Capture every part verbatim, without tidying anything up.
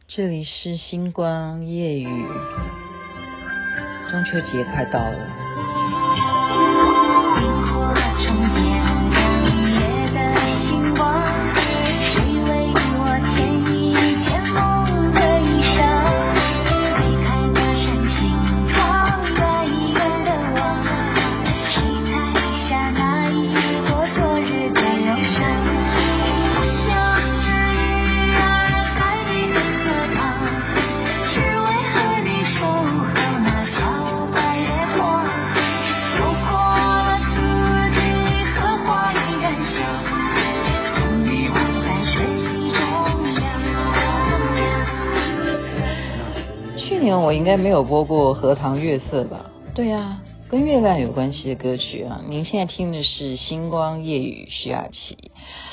这里是星光夜雨，中秋节快到了。我应该没有播过荷塘月色吧？对啊，跟月亮有关系的歌曲啊。您现在听的是星光夜雨，徐雅琪。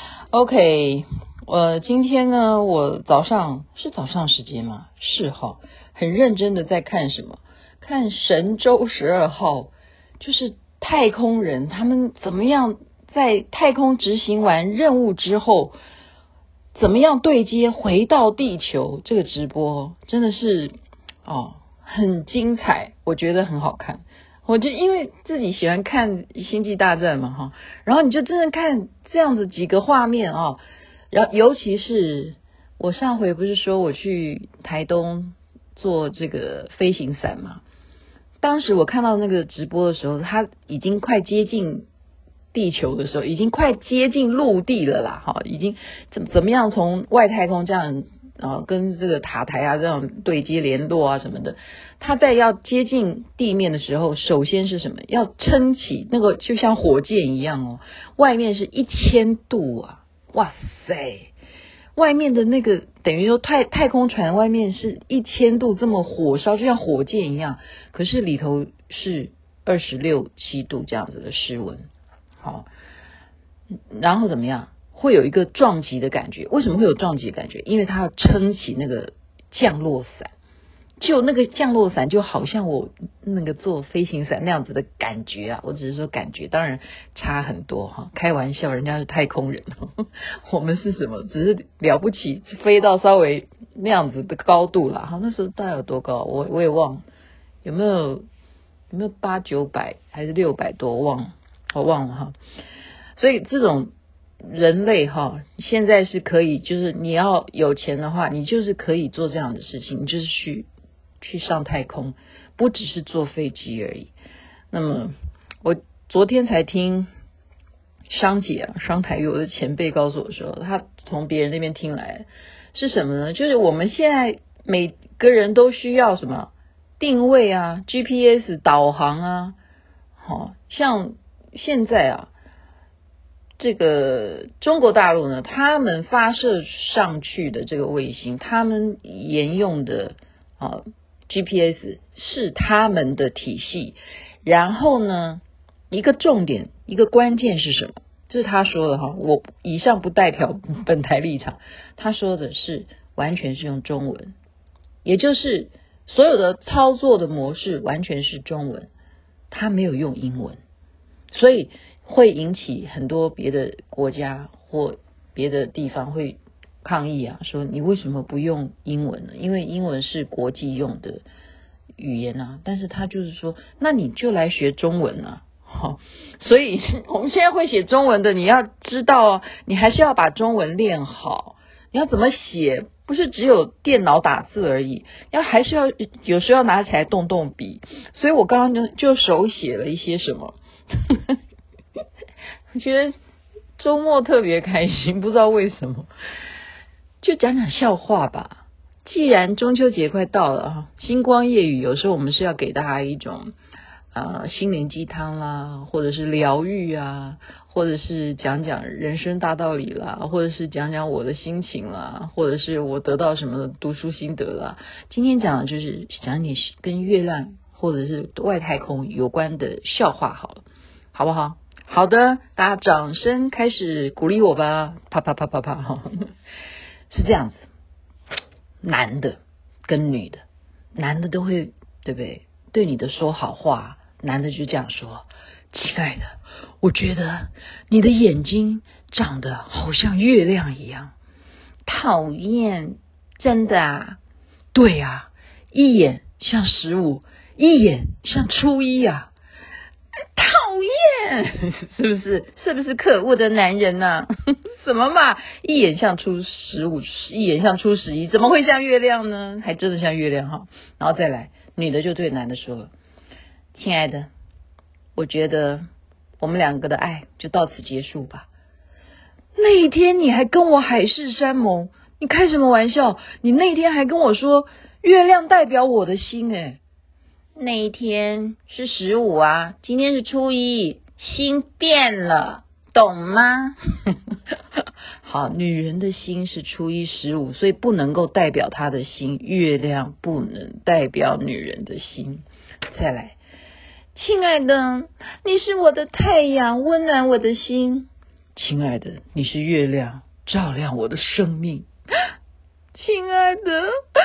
OK， 我今天呢，我早上是早上时间吗？是哈，很认真的在看什么？看神舟十二号，就是太空人他们怎么样在太空执行完任务之后，怎么样对接回到地球。这个直播真的是哦，很精彩，我觉得很好看。我就因为自己喜欢看星际大战嘛哈，然后你就真的看这样子几个画面啊，然后尤其是我上回不是说我去台东做这个飞行伞嘛，当时我看到那个直播的时候，它已经快接近地球的时候，已经快接近陆地了啦哈，已经怎怎么样从外太空这样啊，跟这个塔台啊这样对接联络啊什么的，它在要接近地面的时候，首先是什么？要撑起那个就像火箭一样哦，外面是一千度啊，哇塞！外面的那个等于说太太空船外面是一千度这么火烧，就像火箭一样，可是里头是二十六七度这样子的室温，好，然后怎么样？会有一个撞击的感觉。为什么会有撞击的感觉？因为它要撑起那个降落伞，就那个降落伞就好像我那个做飞行伞那样子的感觉啊，我只是说感觉，当然差很多哈，开玩笑，人家是太空人，我们是什么？只是了不起飞到稍微那样子的高度啦哈，那时候大概有多高？我我也忘了，有没有有没有八九百还是六百多？我忘了，我忘了哈。所以这种人类哈，现在是可以，就是你要有钱的话，你就是可以做这样的事情，你就是去去上太空，不只是坐飞机而已。那么我昨天才听商姐啊，商台有的前辈告诉我说，他从别人那边听来是什么呢？就是我们现在每个人都需要什么定位啊 G P S 导航啊，好像现在啊这个中国大陆呢，他们发射上去的这个卫星，他们沿用的啊 G P S 是他们的体系。然后呢，一个重点，一个关键是什么？这是他说的哈，我以上不代表本台立场。他说的是完全是用中文，也就是所有的操作的模式完全是中文，他没有用英文，所以会引起很多别的国家或别的地方会抗议啊，说你为什么不用英文呢？因为英文是国际用的语言啊。但是他就是说，那你就来学中文啊。好，所以我们现在会写中文的，你要知道，你还是要把中文练好。你要怎么写？不是只有电脑打字而已，要还是要有时候要拿起来动动笔。所以我刚刚就就手写了一些什么。我觉得周末特别开心，不知道为什么，就讲讲笑话吧。既然中秋节快到了哈，星光夜语有时候我们是要给大家一种呃心灵鸡汤啦，或者是疗愈啊，或者是讲讲人生大道理啦，或者是讲讲我的心情啦，或者是我得到什么读书心得啦。今天讲的就是讲点跟月亮或者是外太空有关的笑话好了，好不好？好的，大家掌声开始鼓励我吧，啪啪啪啪啪。是这样子，男的跟女的，男的都会对不对？对你的说好话，男的就这样说：亲爱的，我觉得你的眼睛长得好像月亮一样。讨厌，真的啊？ 对啊，一眼像十五，一眼像初一啊，讨厌，是不是？是不是可恶的男人啊？什么嘛，一眼像初十五，一眼像初十一，怎么会像月亮呢？还真的像月亮哈。然后再来，女的就对男的说了，亲爱的，我觉得我们两个的爱就到此结束吧。那一天你还跟我海誓山盟，你开什么玩笑？你那天还跟我说月亮代表我的心，诶，那一天是十五啊，今天是初一，心变了，懂吗？好，女人的心是初一十五，所以不能够代表她的心，月亮不能代表女人的心。再来，亲爱的，你是我的太阳，温暖我的心。亲爱的，你是月亮，照亮我的生命。亲爱的，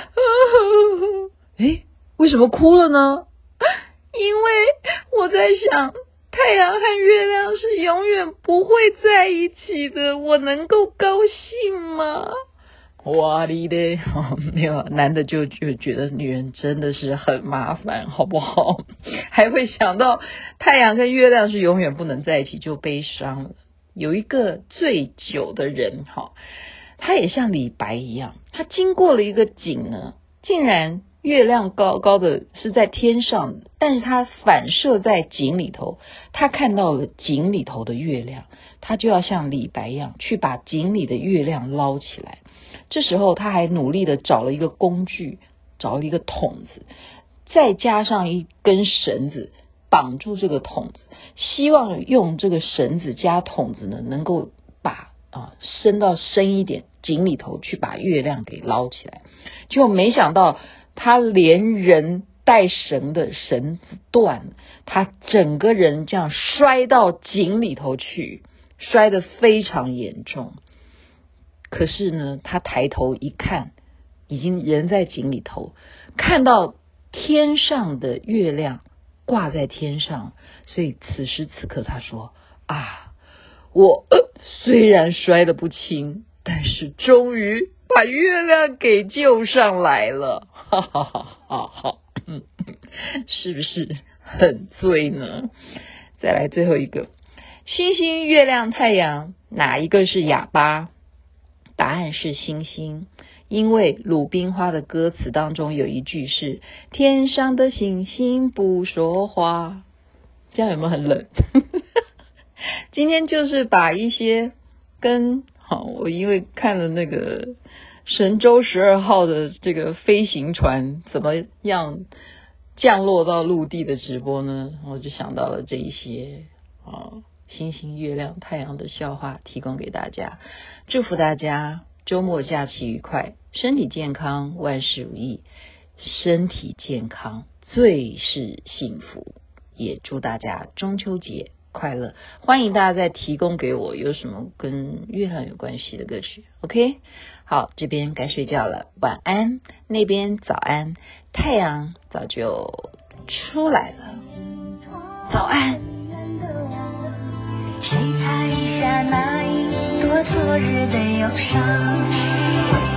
诶，为什么哭了呢？因为我在想，太阳和月亮是永远不会在一起的，我能够高兴吗？哇哩嘞，没有，男的就就觉得女人真的是很麻烦，好不好？还会想到太阳跟月亮是永远不能在一起，就悲伤了。有一个醉酒的人，哈，他也像李白一样，他经过了一个井呢，竟然月亮高高的是在天上，但是他反射在井里头，他看到了井里头的月亮，他就要像李白一样去把井里的月亮捞起来。这时候他还努力的找了一个工具，找了一个桶子，再加上一根绳子绑住这个桶子，希望用这个绳子加桶子呢，能够把啊伸到深一点井里头去把月亮给捞起来。结果没想到他连人带绳的绳子断了，他整个人这样摔到井里头去，摔得非常严重。可是呢，他抬头一看，已经人在井里头，看到天上的月亮挂在天上，所以此时此刻他说啊，我、呃、虽然摔得不轻，但是终于把月亮给救上来了，哈哈哈哈哈，是不是很醉呢？再来最后一个，星星、月亮、太阳，哪一个是哑巴？答案是星星，因为鲁冰花的歌词当中有一句是天上的星星不说话，这样有没有很冷？今天就是把一些跟好，我因为看了那个神舟十二号的这个飞行船怎么样降落到陆地的直播呢，我就想到了这一些啊。星星、月亮、太阳的笑话提供给大家，祝福大家周末假期愉快，身体健康，万事如意，身体健康最是幸福，也祝大家中秋节快乐。欢迎大家再提供给我有什么跟月亮有关系的歌曲 OK。 好，这边该睡觉了，晚安，那边早安，太阳早就出来了，早安。 谁猜一下那一朵昨日的忧伤？